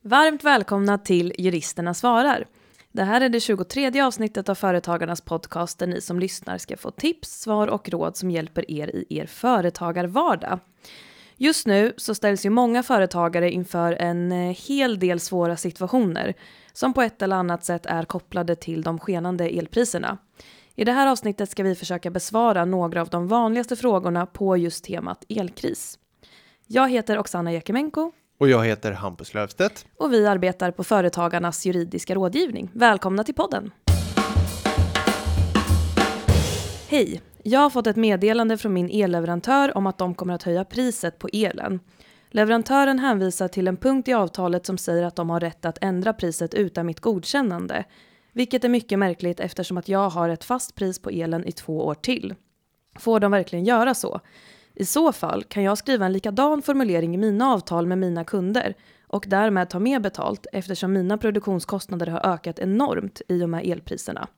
Varmt välkomna till Juristerna svarar. Det här är det 23:e avsnittet av Företagarnas podcast där ni som lyssnar ska få tips, svar och råd som hjälper er i er företagarvardag. Just nu så ställs ju många företagare inför en hel del svåra situationer som på ett eller annat sätt är kopplade till de skenande elpriserna. I det här avsnittet ska vi försöka besvara några av de vanligaste frågorna på just temat elkris. Jag heter Oksana Jekemenko. Och jag heter Hampus Löfstedt. Och vi arbetar på Företagarnas juridiska rådgivning. Välkomna till podden! Hej! Jag har fått ett meddelande från min elleverantör om att de kommer att höja priset på elen. Leverantören hänvisar till en punkt i avtalet som säger att de har rätt att ändra priset utan mitt godkännande. Vilket är mycket märkligt eftersom att jag har ett fast pris på elen i 2 år till. Får de verkligen göra så? I så fall kan jag skriva en likadan formulering i mina avtal med mina kunder och därmed ta mer betalt eftersom mina produktionskostnader har ökat enormt i och med elpriserna.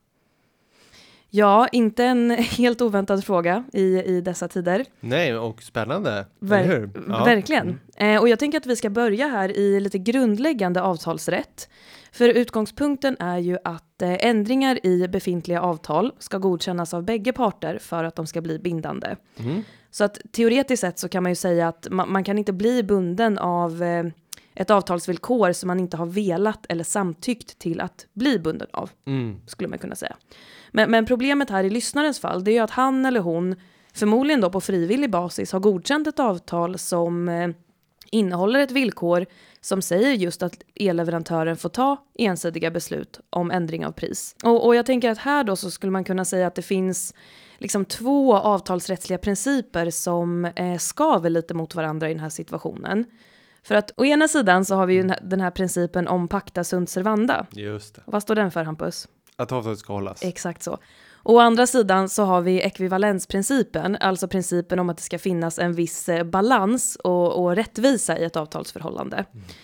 Ja, inte en helt oväntad fråga i dessa tider. Nej, och spännande. Eller hur? Ja. Verkligen. Och jag tänker att vi ska börja här i lite grundläggande avtalsrätt. För utgångspunkten är ju att ändringar i befintliga avtal ska godkännas av bägge parter för att de ska bli bindande. Mm. Så att teoretiskt sett så kan man ju säga att man kan inte bli bunden av ett avtalsvillkor som man inte har velat eller samtyckt till att bli bunden av, skulle man kunna säga. Men problemet här i lyssnarens fall, det är ju att han eller hon förmodligen då på frivillig basis har godkänt ett avtal som innehåller ett villkor som säger just att elleverantören får ta ensidiga beslut om ändring av pris. Och jag tänker att här då så skulle man kunna säga att det finns liksom 2 avtalsrättsliga principer som skaver lite mot varandra i den här situationen. För att å ena sidan så har vi ju den här principen om pacta sunt servanda. Just det. Vad står den för, Hampus? Att avtalet ska hållas. Exakt så. Och å andra sidan så har vi ekvivalensprincipen, alltså principen om att det ska finnas en viss balans och rättvisa i ett avtalsförhållande.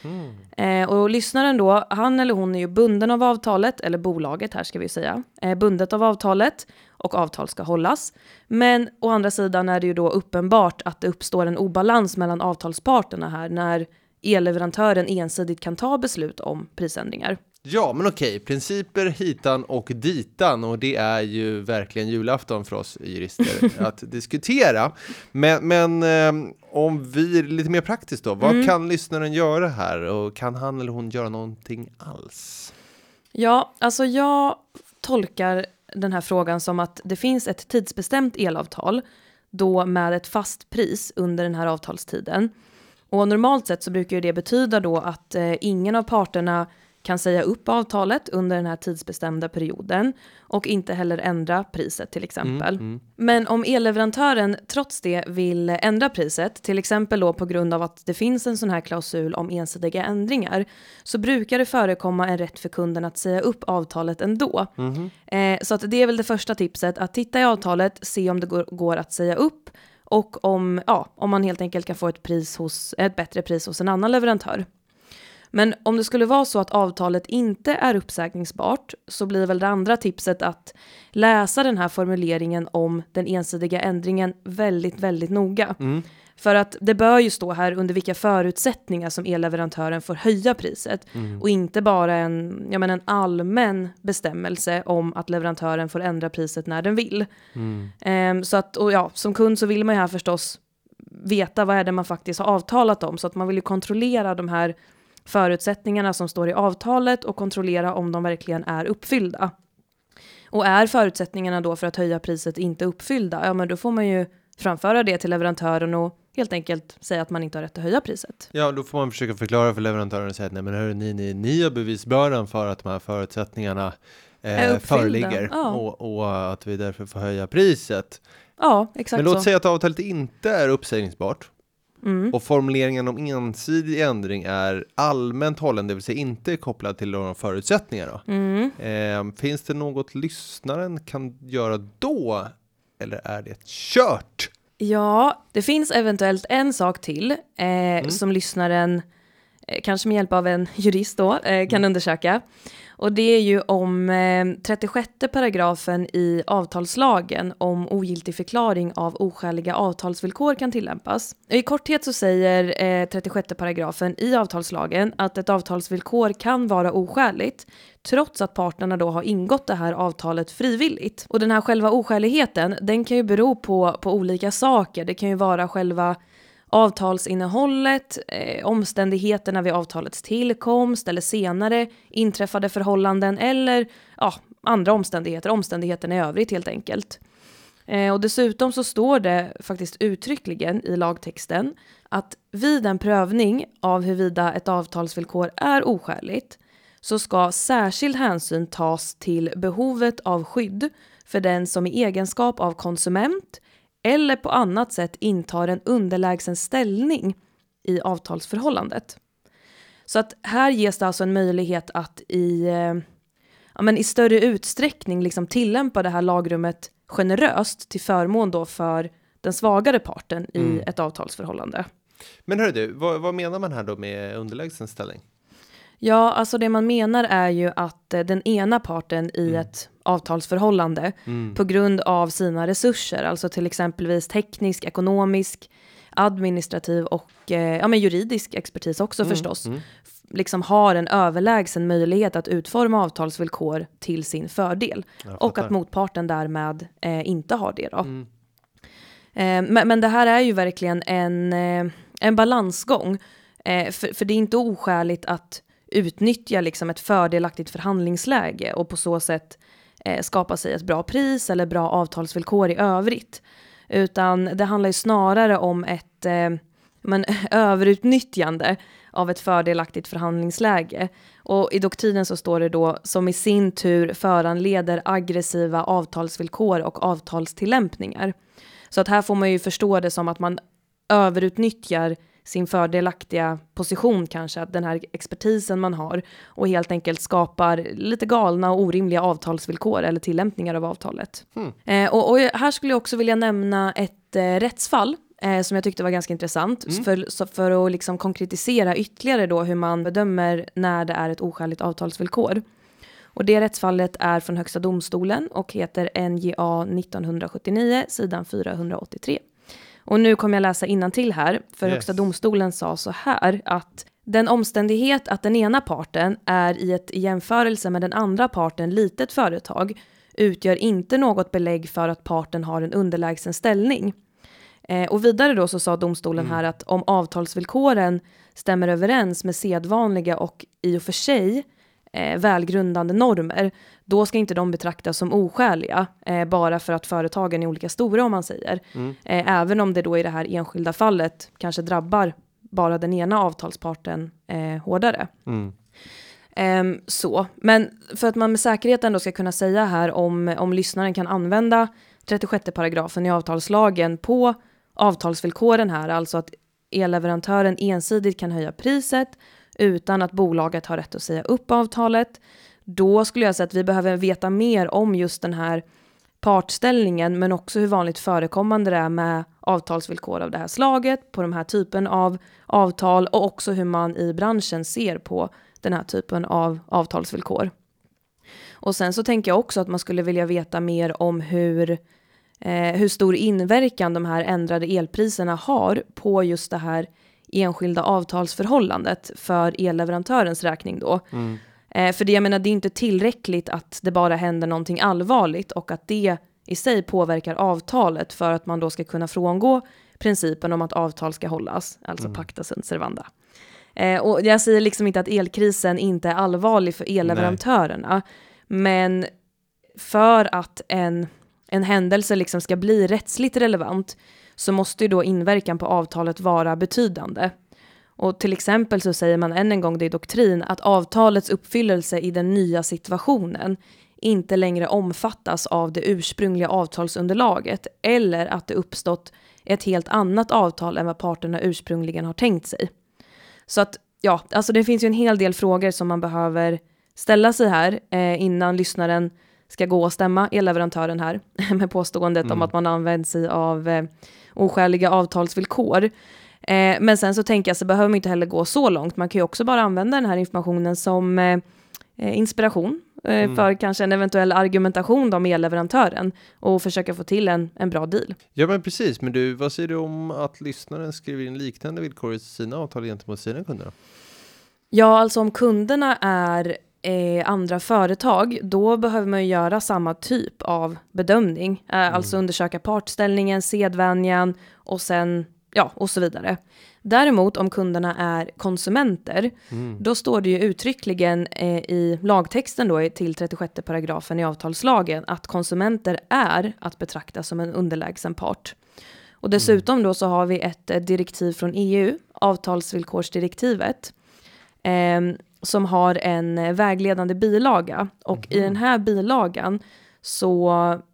Och lyssnaren då, han eller hon är ju bunden av avtalet, eller bolaget här ska vi säga, bundet av avtalet och avtal ska hållas. Men å andra sidan är det ju då uppenbart att det uppstår en obalans mellan avtalsparterna här när elleverantören ensidigt kan ta beslut om prisändringar. Ja, men okej. Principer hitan och ditan, och det är ju verkligen julafton för oss jurister att diskutera. Men om vi är lite mer praktiskt då, vad kan lyssnaren göra här och kan han eller hon göra någonting alls? Ja, alltså jag tolkar den här frågan som att det finns ett tidsbestämt elavtal då med ett fast pris under den här avtalstiden. Och normalt sett så brukar det betyda då att ingen av parterna kan säga upp avtalet under den här tidsbestämda perioden och inte heller ändra priset till exempel. Men om elleverantören trots det vill ändra priset, till exempel då på grund av att det finns en sån här klausul om ensidiga ändringar, så brukar det förekomma en rätt för kunden att säga upp avtalet ändå. Så att det är väl det första tipset, att titta i avtalet, se om det går att säga upp och om man helt enkelt kan få ett bättre pris hos en annan leverantör. Men om det skulle vara så att avtalet inte är uppsägningsbart så blir väl det andra tipset att läsa den här formuleringen om den ensidiga ändringen väldigt, väldigt noga. För att det bör ju stå här under vilka förutsättningar som elleverantören får höja priset. Och inte bara en allmän bestämmelse om att leverantören får ändra priset när den vill. Så att, som kund så vill man ju här förstås veta vad är det man faktiskt har avtalat om. Så att man vill ju kontrollera de här förutsättningarna som står i avtalet och kontrollera om de verkligen är uppfyllda. Och är förutsättningarna då för att höja priset inte uppfyllda, men då får man ju framföra det till leverantören och helt enkelt säga att man inte har rätt att höja priset. Ja, då får man försöka förklara för leverantören och säga att nej, men hörru, ni har bevisbördan för att de här förutsättningarna föreligger och att vi därför får höja priset. Ja, exakt. Men låt säga att avtalet inte är uppsägningsbart. Och formuleringen om ensidig ändring är allmänt hållen, det vill säga inte kopplad till några förutsättningar då. Finns det något lyssnaren kan göra då? Eller är det kört? Ja, det finns eventuellt en sak till som lyssnaren kanske med hjälp av en jurist då, kan undersöka. Och det är ju om 36 paragrafen i avtalslagen om ogiltig förklaring av oskäliga avtalsvillkor kan tillämpas. I korthet så säger 36 paragrafen i avtalslagen att ett avtalsvillkor kan vara oskäligt trots att parterna då har ingått det här avtalet frivilligt. Och den här själva oskäligheten, den kan ju bero på olika saker. Det kan ju vara själva avtalsinnehållet, omständigheterna vid avtalets tillkomst eller senare inträffade förhållanden eller andra omständigheterna i övrigt helt enkelt. Och dessutom så står det faktiskt uttryckligen i lagtexten att vid en prövning av huruvida ett avtalsvillkor är oskäligt så ska särskild hänsyn tas till behovet av skydd för den som i egenskap av konsument eller på annat sätt intar en underlägsen ställning i avtalsförhållandet. Så att här ges det alltså en möjlighet att i större utsträckning liksom tillämpa det här lagrummet generöst till förmån då för den svagare parten i ett avtalsförhållande. Men hörru du, vad menar man här då med underlägsen ställning? Ja, alltså det man menar är ju att den ena parten i ett avtalsförhållande på grund av sina resurser, alltså till exempelvis teknisk, ekonomisk, administrativ och juridisk expertis också förstås, liksom har en överlägsen möjlighet att utforma avtalsvillkor till sin fördel och att motparten därmed inte har det då. Men det här är ju verkligen en balansgång, för det är inte oskäligt att utnyttja liksom ett fördelaktigt förhandlingsläge och på så sätt skapa sig ett bra pris eller bra avtalsvillkor i övrigt. Utan det handlar ju snarare om ett överutnyttjande av ett fördelaktigt förhandlingsläge. Och i doktrinen så står det då som i sin tur föranleder aggressiva avtalsvillkor och avtalstillämpningar. Så att här får man ju förstå det som att man överutnyttjar sin fördelaktiga position kanske, att den här expertisen man har och helt enkelt skapar lite galna och orimliga avtalsvillkor eller tillämpningar av avtalet. Och här skulle jag också vilja nämna ett rättsfall som jag tyckte var ganska intressant för att liksom konkretisera ytterligare då hur man bedömer när det är ett oskäligt avtalsvillkor. Och det rättsfallet är från Högsta domstolen och heter NJA 1979 sidan 483. Och nu kommer jag läsa innantill här, för Högsta domstolen sa så här att den omständighet att den ena parten är i jämförelse med den andra parten litet företag utgör inte något belägg för att parten har en underlägsen ställning. Och vidare då så sa domstolen här att om avtalsvillkoren stämmer överens med sedvanliga och i och för sig välgrundande normer, då ska inte de betraktas som oskäliga bara för att företagen är olika stora om man säger. Även om det då i det här enskilda fallet kanske drabbar bara den ena avtalsparten hårdare. Men för att man med säkerhet ändå ska kunna säga här om lyssnaren kan använda 36 paragrafen i avtalslagen på avtalsvillkoren här, alltså att elleverantören ensidigt kan höja priset utan att bolaget har rätt att säga upp avtalet, då skulle jag säga att vi behöver veta mer om just den här partställningen, men också hur vanligt förekommande det är med avtalsvillkor av det här slaget på de här typen av avtal och också hur man i branschen ser på den här typen av avtalsvillkor. Och sen så tänker jag också att man skulle vilja veta mer om hur stor inverkan de här ändrade elpriserna har på just det här enskilda avtalsförhållandet för elleverantörens räkning då. För det, jag menar, det är inte tillräckligt att det bara händer någonting allvarligt och att det i sig påverkar avtalet för att man då ska kunna frångå principen om att avtal ska hållas, alltså pacta sunt servanda. Och jag säger liksom inte att elkrisen inte är allvarlig för elleverantörerna, men för att en händelse liksom ska bli rättsligt relevant så måste ju då inverkan på avtalet vara betydande. Och till exempel så säger man än en gång det i doktrin att avtalets uppfyllelse i den nya situationen inte längre omfattas av det ursprungliga avtalsunderlaget eller att det uppstått ett helt annat avtal än vad parterna ursprungligen har tänkt sig. Så att ja, alltså det finns ju en hel del frågor som man behöver ställa sig här innan lyssnaren ska gå och stämma elleverantören här med påståendet om att man använder sig av oskäliga avtalsvillkor. Men sen så tänker jag så behöver man inte heller gå så långt. Man kan ju också bara använda den här informationen som inspiration för kanske en eventuell argumentation då med elleverantören och försöka få till en bra deal. Ja, men precis. Men du, vad säger du om att lyssnaren skriver in liknande villkor i sina avtal gentemot sina kunder? Ja, alltså om kunderna är andra företag, då behöver man ju göra samma typ av bedömning. Alltså undersöka partställningen, sedvänjan och sen, ja, och så vidare. Däremot om kunderna är konsumenter, då står det ju uttryckligen i lagtexten då till 36 paragrafen i avtalslagen att konsumenter är att betrakta som en underlägsen part. Och dessutom då så har vi ett direktiv från EU, avtalsvillkorsdirektivet, som har en vägledande bilaga. Och i den här bilagan så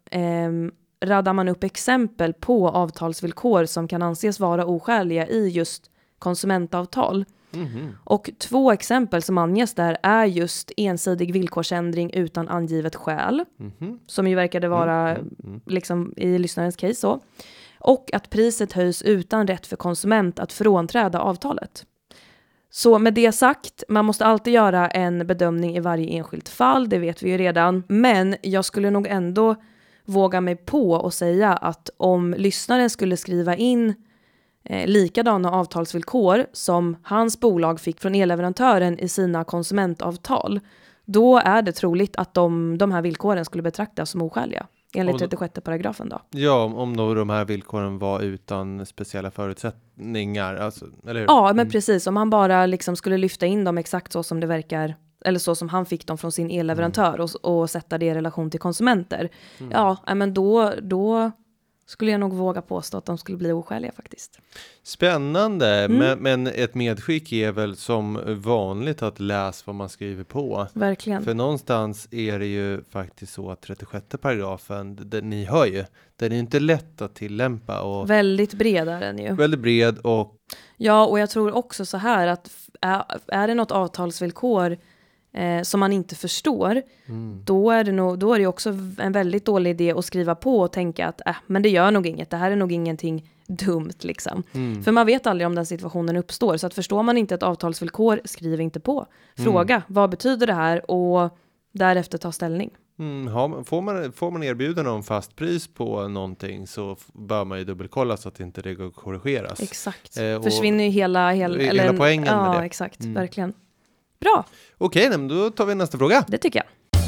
raddar man upp exempel på avtalsvillkor som kan anses vara oskäliga i just konsumentavtal. Och 2 exempel som anges där är just ensidig villkorsändring utan angivet skäl, som ju verkade vara liksom i lyssnarens case så. Och att priset höjs utan rätt för konsument att frånträda avtalet. Så med det sagt, man måste alltid göra en bedömning i varje enskilt fall, det vet vi ju redan. Men jag skulle nog ändå våga mig på och säga att om lyssnaren skulle skriva in likadana avtalsvillkor som hans bolag fick från elleverantören i sina konsumentavtal, då är det troligt att de här villkoren skulle betraktas som oskäliga. Enligt 36 paragrafen då. Ja, om då de här villkoren var utan speciella förutsättningar. Alltså, eller hur? Ja, men precis. Om han bara liksom skulle lyfta in dem exakt så som det verkar, eller så som han fick dem från sin elleverantör och sätta det i relation till konsumenter. Ja, men då skulle jag nog våga påstå att de skulle bli oskäliga faktiskt. Spännande, men ett medskick är väl som vanligt att läsa vad man skriver på. Verkligen. För någonstans är det ju faktiskt så att 36 paragrafen, ni hör ju, den är inte lätt att tillämpa. Och väldigt bred är den ju. Väldigt bred och... Ja, och jag tror också så här att är det något avtalsvillkor som man inte förstår, då är det också en väldigt dålig idé att skriva på och tänka att men det gör nog inget, det här är nog ingenting dumt liksom. För man vet aldrig om den situationen uppstår, så att förstår man inte ett avtalsvillkor, skriv inte på. Fråga, vad betyder det här, och därefter ta ställning. Får man erbjudande om fast pris på någonting, så bör man ju dubbelkolla så att inte det går att korrigeras. Exakt. Försvinner ju hela poängen med det. Ja, exakt. Verkligen. Bra. Okej, men då tar vi nästa fråga. Det tycker jag.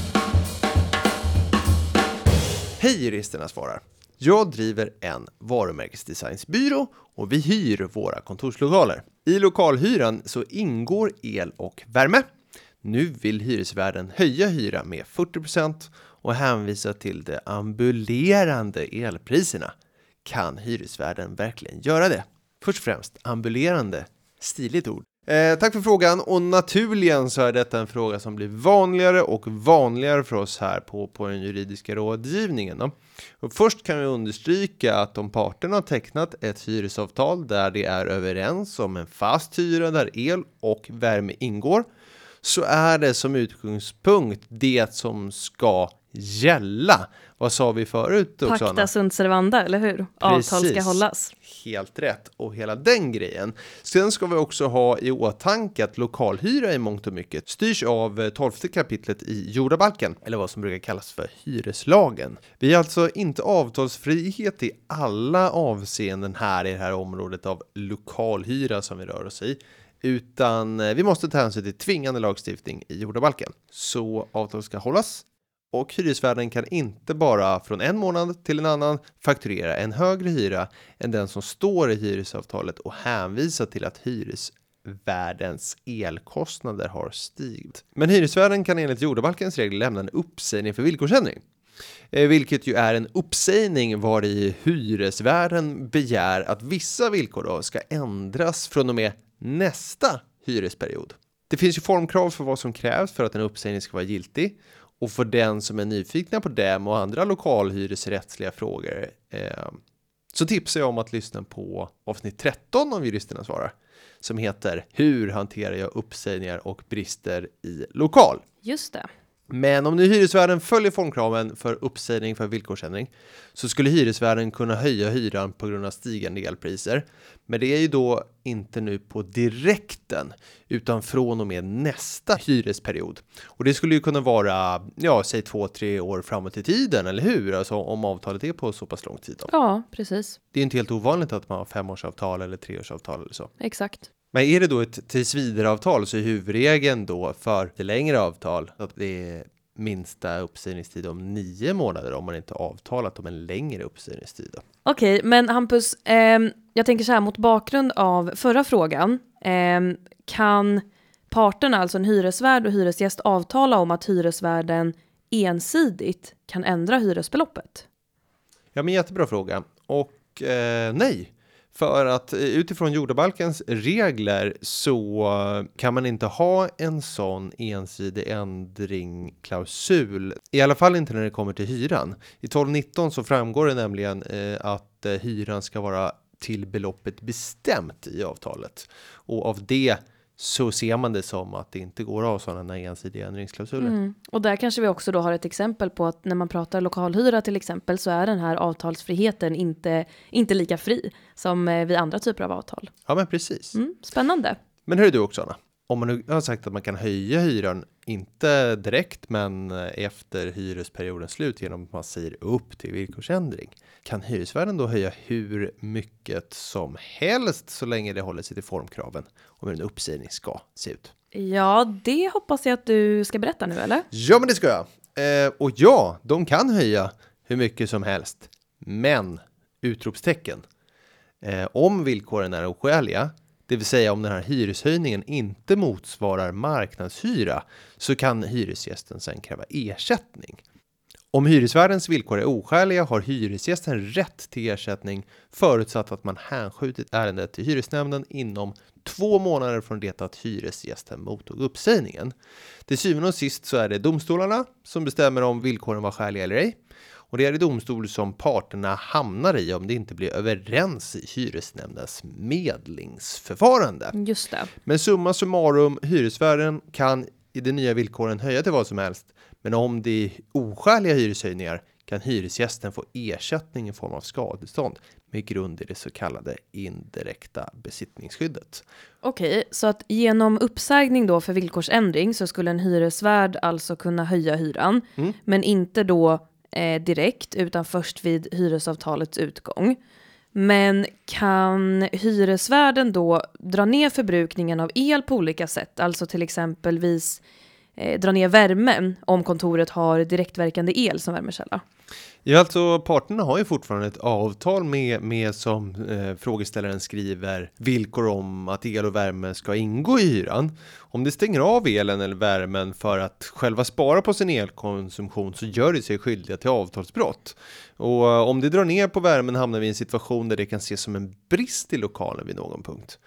Hej, juristerna svarar. Jag driver en varumärkesdesignsbyrå och vi hyr våra kontorslokaler. I lokalhyran så ingår el och värme. Nu vill hyresvärden höja hyra med 40% och hänvisa till de ambulerande elpriserna. Kan hyresvärden verkligen göra det? Först och främst, ambulerande, stiligt ord. Tack för frågan, och naturligen så är detta en fråga som blir vanligare och vanligare för oss här på den juridiska rådgivningen. Då. Och först kan vi understryka att om parterna har tecknat ett hyresavtal där det är överens om en fast hyra där el och värme ingår, så är det som utgångspunkt det som ska gälla. Vad sa vi förut, Oksana? Pacta sunt servanda, eller hur? Precis. Avtal ska hållas. Helt rätt. Och hela den grejen. Sen ska vi också ha i åtanke att lokalhyra i mångt och mycket styrs av 12:e kapitlet i jordabalken, eller vad som brukar kallas för hyreslagen. Vi har alltså inte avtalsfrihet i alla avseenden här i det här området av lokalhyra som vi rör oss i, utan vi måste ta hänsyn till tvingande lagstiftning i jordabalken. Så avtal ska hållas. Och hyresvärden kan inte bara från en månad till en annan fakturera en högre hyra än den som står i hyresavtalet och hänvisa till att hyresvärdens elkostnader har stigit. Men hyresvärden kan enligt jordabalkens regler lämna en uppsägning för villkorsändring. Vilket ju är en uppsägning var i hyresvärden begär att vissa villkor då ska ändras från och med nästa hyresperiod. Det finns ju formkrav för vad som krävs för att en uppsägning ska vara giltig. Och för den som är nyfikna på dem och andra lokalhyresrättsliga frågor så tipsar jag om att lyssna på avsnitt 13 av Juristerna svarar, som heter Hur hanterar jag uppsägningar och brister i lokal? Just det. Men om nu hyresvärden följer formkraven för uppsägning för villkorsändring så skulle hyresvärden kunna höja hyran på grund av stigande elpriser. Men det är ju då inte nu på direkten utan från och med nästa hyresperiod. Och det skulle ju kunna vara, säg 2-3 år framåt i tiden, eller hur? Alltså om avtalet är på så pass lång tid då. Ja, precis. Det är inte helt ovanligt att man har 5-årsavtal eller 3-årsavtal eller så. Exakt. Men är det då ett tillsvidareavtal så är huvudregeln då för det längre avtal att det är minsta uppsägningstid om 9 månader om man inte avtalat om en längre uppsägningstid. Okej, men Hampus, jag tänker så här mot bakgrund av förra frågan. Kan parterna, alltså en hyresvärd och hyresgäst, avtala om att hyresvärden ensidigt kan ändra hyresbeloppet? Ja, men jättebra fråga. Och nej. För att utifrån jordabalkens regler så kan man inte ha en sån ensidig ändringklausul. I alla fall inte när det kommer till hyran. I 12.19 så framgår det nämligen att hyran ska vara till beloppet bestämt i avtalet. Och av det så ser man det som att det inte går att ha sådana ensidiga ändringsklausuler. Och där kanske vi också då har ett exempel på att när man pratar lokalhyra till exempel så är den här avtalsfriheten inte lika fri som vid andra typer av avtal. Ja, men precis. Spännande. Men hör du också, Anna? Om man nu har sagt att man kan höja hyran, inte direkt men efter hyresperiodens slut genom att man säger upp till villkorsändring. Kan hyresvärden då höja hur mycket som helst så länge det håller sig till formkraven om hur en uppsägning ska se ut? Ja, det hoppas jag att du ska berätta nu, eller? Ja, men det ska jag. Och ja, de kan höja hur mycket som helst. Men, utropstecken. Om villkoren är oskäliga, det vill säga om den här hyreshöjningen inte motsvarar marknadshyra, så kan hyresgästen sedan kräva ersättning. Om hyresvärdens villkor är oskäliga har hyresgästen rätt till ersättning förutsatt att man hänskjutit ärendet till hyresnämnden inom 2 månader från det att hyresgästen mottog uppsägningen. Till syvende och sist så är det domstolarna som bestämmer om villkoren var skäliga eller ej. Och det är i domstol som parterna hamnar i om det inte blir överens i hyresnämndens medlingsförfarande. Just det. Men summa summarum, hyresvärden kan i de nya villkoren höja till vad som helst. Men om det är oskäliga hyreshöjningar kan hyresgästen få ersättning i form av skadestånd med grund i det så kallade indirekta besittningsskyddet. Okej, så att genom uppsägning då för villkorsändring så skulle en hyresvärd alltså kunna höja hyran. Men inte då direkt utan först vid hyresavtalets utgång. Men kan hyresvärden då dra ner förbrukningen av el på olika sätt? Alltså till exempelvis dra ner värmen om kontoret har direktverkande el som värmekälla? Ja, alltså parterna har ju fortfarande ett avtal med som frågeställaren skriver villkor om att el och värme ska ingå i hyran. Om det stänger av elen eller värmen för att själva spara på sin elkonsumtion så gör det sig skyldiga till avtalsbrott. Och om det drar ner på värmen hamnar vi i en situation där det kan ses som en brist i lokalen vid någon punkt.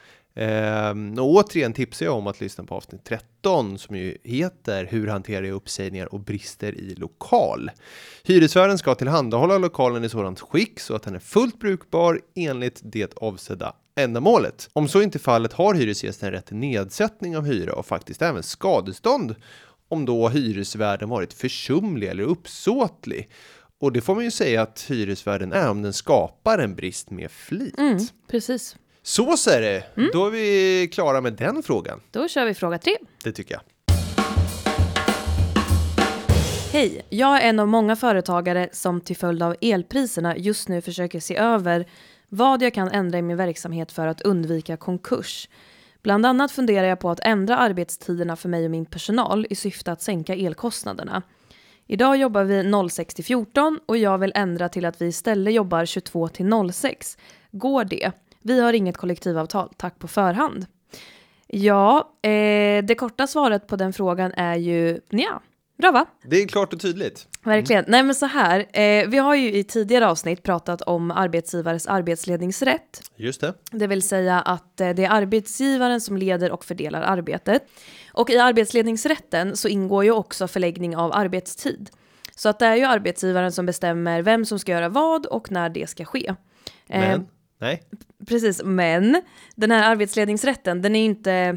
Och återigen tipsar jag om att lyssna på avsnitt 13 som ju heter Hur hanterar jag uppsägningar och brister i lokal. Hyresvärden ska tillhandahålla lokalen i sådant skick så att den är fullt brukbar enligt det avsedda ändamålet. Om så inte fallet har hyresgästen rätt till nedsättning av hyra och faktiskt även skadestånd om då hyresvärden varit försumlig eller uppsåtlig. Och det får man ju säga att hyresvärden är om den skapar en brist med flit. Precis. Så är det. Då är vi klara med den frågan. Då kör vi fråga 3. Det tycker jag. Hej, jag är en av många företagare som till följd av elpriserna just nu försöker se över vad jag kan ändra i min verksamhet för att undvika konkurs. Bland annat funderar jag på att ändra arbetstiderna för mig och min personal i syfte att sänka elkostnaderna. Idag jobbar vi 06-14 och jag vill ändra till att vi istället jobbar 22-06. Går det? Vi har inget kollektivavtal, tack på förhand. Ja, det korta svaret på den frågan är ju nja. Bra va? Det är klart och tydligt. Verkligen. Nej men så här, vi har ju i tidigare avsnitt pratat om arbetsgivares arbetsledningsrätt. Just det. Det vill säga att det är arbetsgivaren som leder och fördelar arbetet. Och i arbetsledningsrätten så ingår ju också förläggning av arbetstid. Så att det är ju arbetsgivaren som bestämmer vem som ska göra vad och när det ska ske. Men, nej. Precis, men den här arbetsledningsrätten, den är inte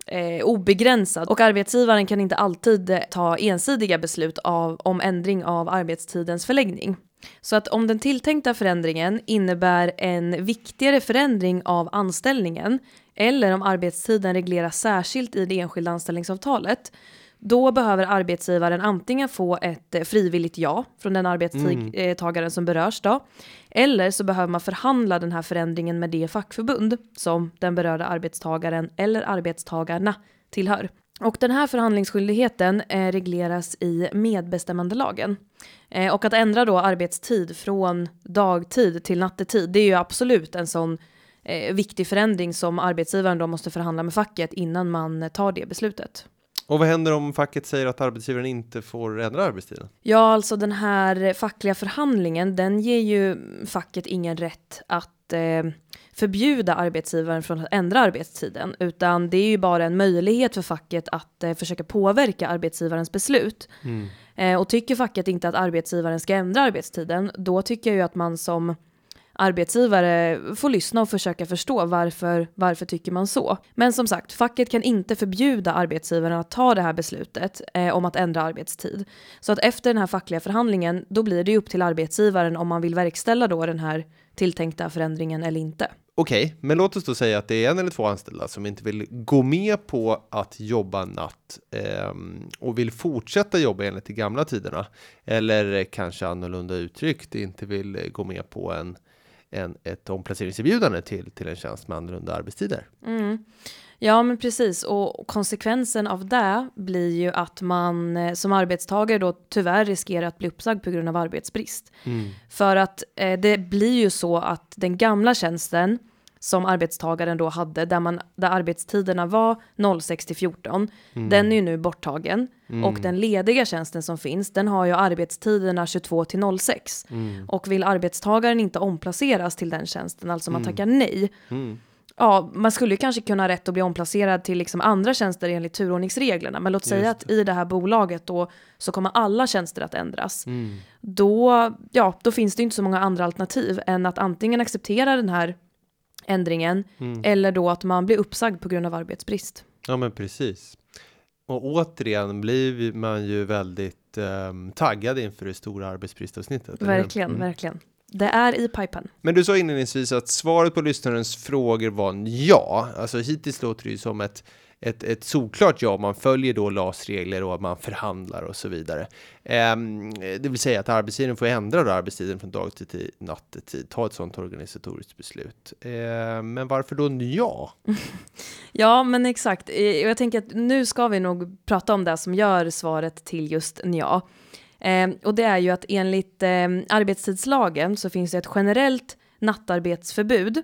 obegränsad och arbetsgivaren kan inte alltid ta ensidiga beslut om ändring av arbetstidens förläggning. Så att om den tilltänkta förändringen innebär en viktigare förändring av anställningen eller om arbetstiden regleras särskilt i det enskilda anställningsavtalet, då behöver arbetsgivaren antingen få ett frivilligt ja från den arbetstagaren som berörs då, eller så behöver man förhandla den här förändringen med det fackförbund som den berörda arbetstagaren eller arbetstagarna tillhör. Och den här förhandlingsskyldigheten regleras i medbestämmandelagen. Och att ändra då arbetstid från dagtid till nattetid, det är ju absolut en sån viktig förändring som arbetsgivaren då måste förhandla med facket innan man tar det beslutet. Och vad händer om facket säger att arbetsgivaren inte får ändra arbetstiden? Ja, alltså den här fackliga förhandlingen, den ger ju facket ingen rätt att förbjuda arbetsgivaren från att ändra arbetstiden, utan det är ju bara en möjlighet för facket att försöka påverka arbetsgivarens beslut. Och tycker facket inte att arbetsgivaren ska ändra arbetstiden, då tycker jag ju att man som arbetsgivare får lyssna och försöka förstå varför tycker man så. Men som sagt, facket kan inte förbjuda arbetsgivaren att ta det här beslutet om att ändra arbetstid. Så att efter den här fackliga förhandlingen, då blir det upp till arbetsgivaren om man vill verkställa då den här tilltänkta förändringen eller inte. Okej, men låt oss då säga att det är en eller två anställda som inte vill gå med på att jobba natt och vill fortsätta jobba enligt de gamla tiderna. Eller kanske annorlunda uttryckt inte vill gå med på ett omplaceringserbjudande till en tjänst med annorlunda arbetstider. Ja, men precis. Och konsekvensen av det blir ju att man som arbetstagare då tyvärr riskerar att bli uppsagd på grund av arbetsbrist. För att det blir ju så att den gamla tjänsten som arbetstagaren då hade, där arbetstiderna var 06-14, den är ju nu borttagen. Och den lediga tjänsten som finns, den har ju arbetstiderna 22-06. Och vill arbetstagaren inte omplaceras till den tjänsten, alltså man tackar nej. Ja, man skulle ju kanske kunna ha rätt att bli omplacerad till liksom andra tjänster enligt turordningsreglerna. Men låt säga att i det här bolaget då så kommer alla tjänster att ändras. Då finns det inte så många andra alternativ än att antingen acceptera den här ändringen eller då att man blir uppsagd på grund av arbetsbrist. Ja, men precis. Och återigen blir man ju väldigt taggad inför det stora arbetsbristavsnittet. Verkligen. Det är i pipen. Men du sa inledningsvis att svaret på lyssnarens frågor var ja. Alltså hittills låter det ju som ett solklart ja. Man följer då LAS-regler och man förhandlar och så vidare. Det vill säga att arbetsgivaren får ändra då arbetstiden från dagtid till nattetid. Ta ett sådant organisatoriskt beslut. Men varför då ja? Ja, men exakt. Jag tänker att nu ska vi nog prata om det som gör svaret till just ja. Och det är ju att enligt arbetstidslagen så finns det ett generellt nattarbetsförbud.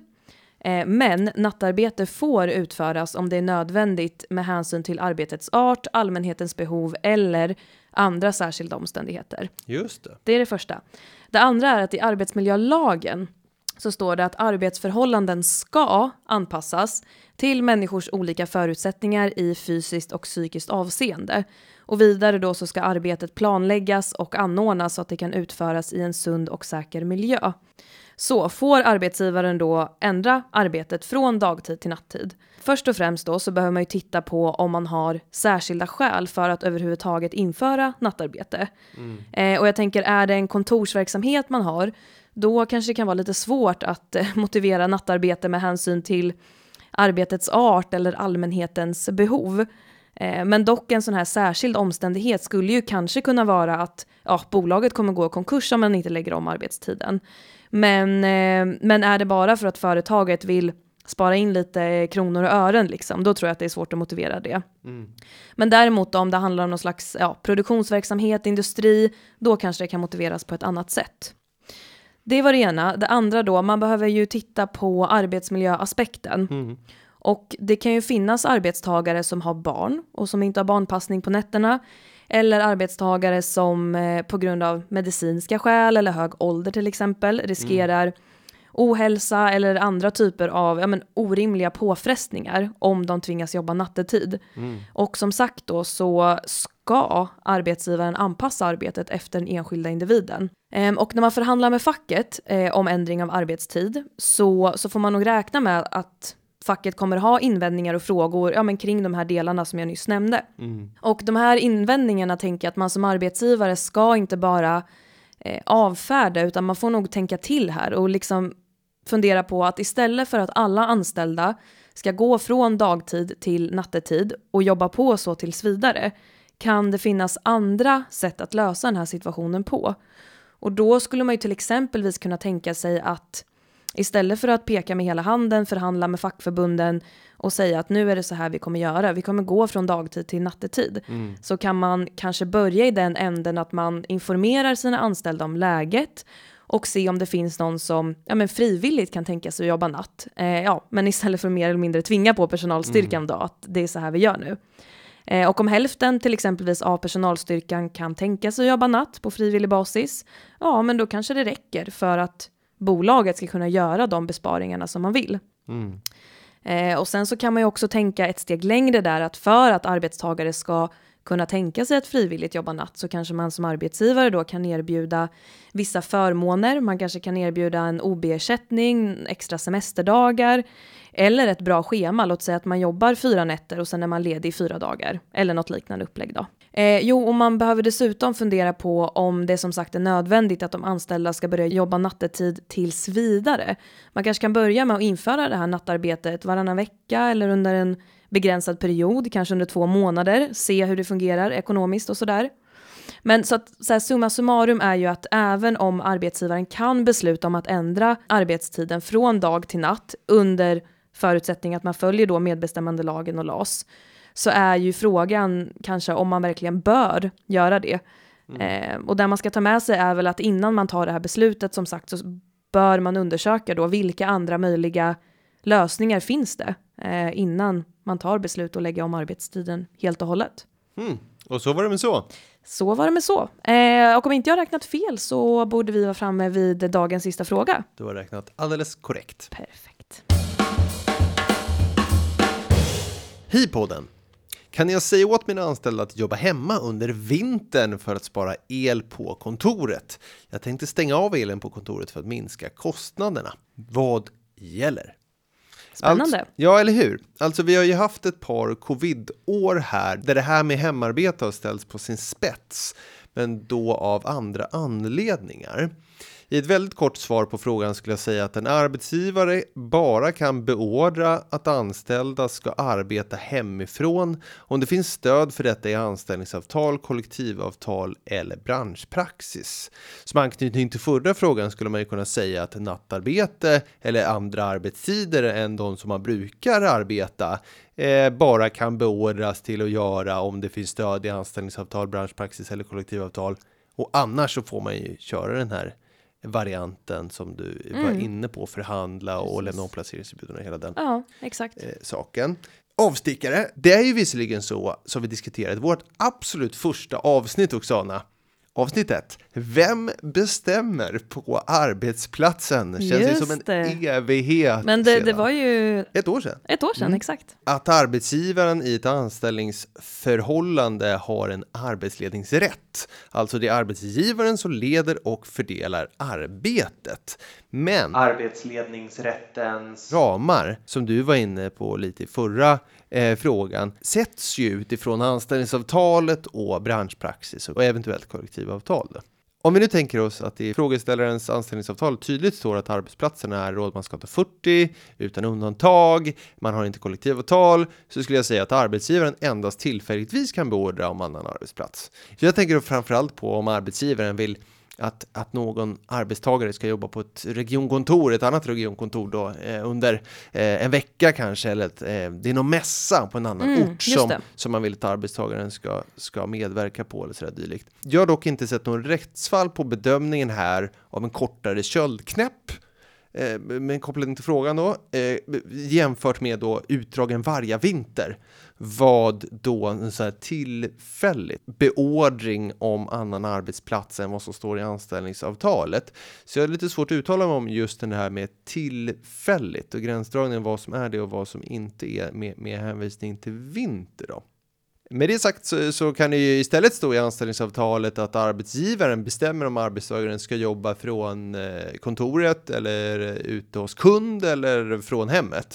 Men nattarbete får utföras om det är nödvändigt med hänsyn till arbetets art, allmänhetens behov eller andra särskilda omständigheter. Just det. Det är det första. Det andra är att i arbetsmiljölagen så står det att arbetsförhållanden ska anpassas till människors olika förutsättningar i fysiskt och psykiskt avseende. Och vidare då så ska arbetet planläggas och anordnas så att det kan utföras i en sund och säker miljö. Så får arbetsgivaren då ändra arbetet från dagtid till nattid. Först och främst då så behöver man ju titta på om man har särskilda skäl för att överhuvudtaget införa nattarbete. Och jag tänker, är det en kontorsverksamhet man har, då kanske det kan vara lite svårt att motivera nattarbete med hänsyn till arbetets art eller allmänhetens behov. Men dock en sån här särskild omständighet skulle ju kanske kunna vara att bolaget kommer gå i konkurs om man inte lägger om arbetstiden. Men är det bara för att företaget vill spara in lite kronor och ören liksom, då tror jag att det är svårt att motivera det. Men däremot om det handlar om någon slags produktionsverksamhet, industri, då kanske det kan motiveras på ett annat sätt. Det var det ena. Det andra då, man behöver ju titta på arbetsmiljöaspekten. Och det kan ju finnas arbetstagare som har barn och som inte har barnpassning på nätterna. Eller arbetstagare som på grund av medicinska skäl eller hög ålder till exempel riskerar ohälsa eller andra typer av orimliga påfrestningar om de tvingas jobba nattetid. Och som sagt då så ska arbetsgivaren anpassa arbetet efter den enskilda individen. Och när man förhandlar med facket om ändring av arbetstid så får man nog räkna med att facket kommer ha invändningar och frågor men kring de här delarna som jag nyss nämnde. Och de här invändningarna tänker jag att man som arbetsgivare ska inte bara avfärda, utan man får nog tänka till här och liksom fundera på att istället för att alla anställda ska gå från dagtid till nattetid och jobba på så tills vidare, kan det finnas andra sätt att lösa den här situationen på. Och då skulle man ju till exempelvis kunna tänka sig att istället för att peka med hela handen, förhandla med fackförbunden och säga att nu är det så här vi kommer göra, vi kommer gå från dagtid till nattetid, så kan man kanske börja i den änden att man informerar sina anställda om läget och se om det finns någon som frivilligt kan tänka sig att jobba natt. Men istället för mer eller mindre tvinga på personalstyrkan då att det är så här vi gör nu. Och om hälften till exempelvis av personalstyrkan kan tänka sig att jobba natt på frivillig basis, men då kanske det räcker för att bolaget ska kunna göra de besparingarna som man vill. Och sen så kan man ju också tänka ett steg längre där, att för att arbetstagare ska kunna tänka sig att frivilligt jobba natt, så kanske man som arbetsgivare då kan erbjuda vissa förmåner. Man kanske kan erbjuda en OB-ersättning, extra semesterdagar eller ett bra schema. Låt säga att man jobbar 4 nätter och sen är man ledig i 4 dagar eller något liknande upplägg då. Och man behöver dessutom fundera på om det som sagt är nödvändigt att de anställda ska börja jobba nattetid tills vidare. Man kanske kan börja med att införa det här nattarbetet varannan vecka eller under en begränsad period, kanske under 2 månader, se hur det fungerar ekonomiskt och sådär. Men så här, summa summarum är ju att även om arbetsgivaren kan besluta om att ändra arbetstiden från dag till natt under förutsättning att man följer då medbestämmandelagen och LAS, så är ju frågan kanske om man verkligen bör göra det. Och där man ska ta med sig är väl att innan man tar det här beslutet, som sagt, så bör man undersöka då vilka andra möjliga lösningar finns det innan man tar beslut och lägger om arbetstiden helt och hållet. Och så var det med så. Så var det med så. Och om inte jag räknat fel så borde vi vara framme vid dagens sista fråga. Du har räknat alldeles korrekt. Perfekt. Hej podden! Kan jag säga åt mina anställda att jobba hemma under vintern för att spara el på kontoret? Jag tänkte stänga av elen på kontoret för att minska kostnaderna. Vad gäller? Spännande. Ja, eller hur? Alltså vi har ju haft ett par covid-år här där det här med hemarbete har ställts på sin spets, men då av andra anledningar. I ett väldigt kort svar på frågan skulle jag säga att en arbetsgivare bara kan beordra att anställda ska arbeta hemifrån om det finns stöd för detta i anställningsavtal, kollektivavtal eller branschpraxis. Som anknytning till förra frågan skulle man ju kunna säga att nattarbete eller andra arbetstider än de som man brukar arbeta bara kan beordras till att göra om det finns stöd i anställningsavtal, branschpraxis eller kollektivavtal. Och annars så får man ju köra den här varianten som du var inne på, förhandla och lämna omplaceringserbjudanden och hela den saken. Avstickare, det är ju visserligen så som vi diskuterade vårt absolut första avsnitt, Oksana. Avsnitt 1. Vem bestämmer på arbetsplatsen? Det känns ju som en evighet. Men det var ju ett år sedan. Ett år sedan, exakt. Att arbetsgivaren i ett anställningsförhållande har en arbetsledningsrätt. Alltså det är arbetsgivaren som leder och fördelar arbetet. Men arbetsledningsrättens ramar, som du var inne på lite i förra frågan, sätts ju utifrån anställningsavtalet och branschpraxis och eventuellt kollektivavtal. Om vi nu tänker oss att i frågeställarens anställningsavtal tydligt står att arbetsplatserna är rådmanskata 40 utan undantag, man har inte kollektivavtal, så skulle jag säga att arbetsgivaren endast tillfälligtvis kan beordra om annan arbetsplats. Så jag tänker då framförallt på om arbetsgivaren vill att någon arbetstagare ska jobba på ett regionkontor, ett annat regionkontor då, under en vecka kanske, eller det är någon mässa på en annan ort som man vill att arbetstagaren ska medverka på eller sådär dylikt. Jag har dock inte sett någon rättsfall på bedömningen här av en kortare köldknäpp, med koppling till frågan då, jämfört med då utdragen varje vinter. Vad då en så här tillfälligt beordring om annan arbetsplats än vad som står i anställningsavtalet. Så jag är lite svårt att uttala mig om just den här med tillfälligt och gränsdragningen vad som är det och vad som inte är med hänvisning till vinter då. Med det sagt så kan det ju istället stå i anställningsavtalet att arbetsgivaren bestämmer om arbetstagaren ska jobba från kontoret eller ute hos kund eller från hemmet.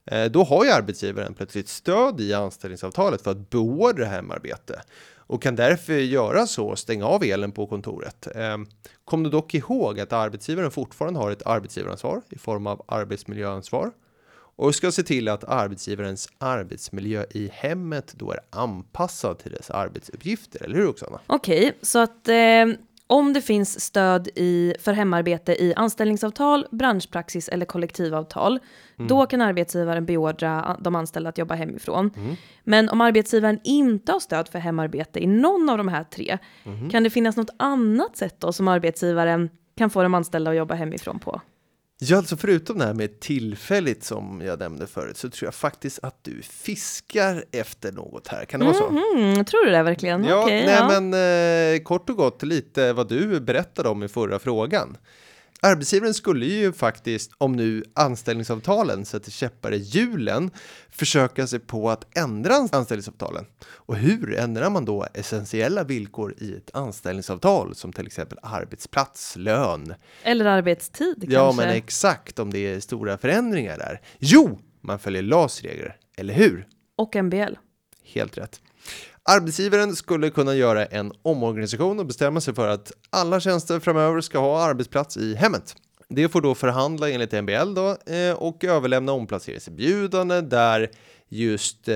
Då har ju arbetsgivaren plötsligt stöd i anställningsavtalet för att beordra hemarbete och kan därför göra så och stänga av elen på kontoret. Kom du dock ihåg att arbetsgivaren fortfarande har ett arbetsgivaransvar i form av arbetsmiljöansvar och ska se till att arbetsgivarens arbetsmiljö i hemmet då är anpassad till dess arbetsuppgifter, eller hur Oksana? Okej, så att om det finns stöd för hemarbete i anställningsavtal, branschpraxis eller kollektivavtal, då kan arbetsgivaren beordra de anställda att jobba hemifrån. Men om arbetsgivaren inte har stöd för hemarbete i någon av de här 3, kan det finnas något annat sätt då som arbetsgivaren kan få de anställda att jobba hemifrån på? Ja, alltså förutom det här med tillfälligt som jag nämnde förut så tror jag faktiskt att du fiskar efter något här. Kan det vara så? Tror du det verkligen? Ja, Okej, men kort och gott lite vad du berättade om i förra frågan. Arbetsgivaren skulle ju faktiskt, om nu anställningsavtalen sätter käppar i hjulen, försöka sig på att ändra anställningsavtalen. Och hur ändrar man då essentiella villkor i ett anställningsavtal som till exempel arbetsplats, lön? Eller arbetstid kanske? Ja, men exakt, om det är stora förändringar där. Jo, man följer LAS-regler, eller hur? Och MBL. Helt rätt. Arbetsgivaren skulle kunna göra en omorganisation och bestämma sig för att alla tjänster framöver ska ha arbetsplats i hemmet. Det får då förhandla enligt MBL då, och överlämna omplaceringserbjudande där just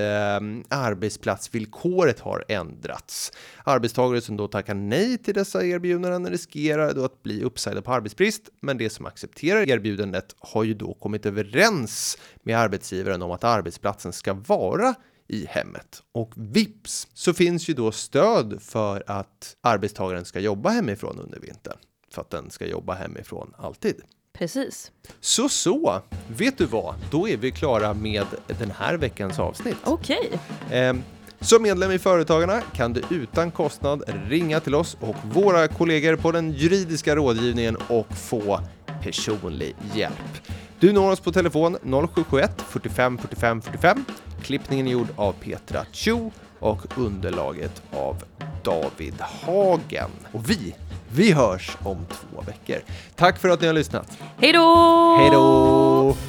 arbetsplatsvillkoret har ändrats. Arbetstagare som då tackar nej till dessa erbjudanden riskerar då att bli uppsagda på arbetsbrist, men det som accepterar erbjudandet har ju då kommit överens med arbetsgivaren om att arbetsplatsen ska vara i hemmet. Och vips så finns ju då stöd för att arbetstagaren ska jobba hemifrån under vintern. För att den ska jobba hemifrån alltid. Precis. Så, vet du vad? Då är vi klara med den här veckans avsnitt. Okej. Som medlem i Företagarna kan du utan kostnad ringa till oss och våra kollegor på den juridiska rådgivningen och få personlig hjälp. Du når oss på telefon 0771 45 45 45. Klippningen är gjord av Petra Chu och underlaget av David Hagen. Och vi hörs om 2 veckor. Tack för att ni har lyssnat. Hej då! Hej då!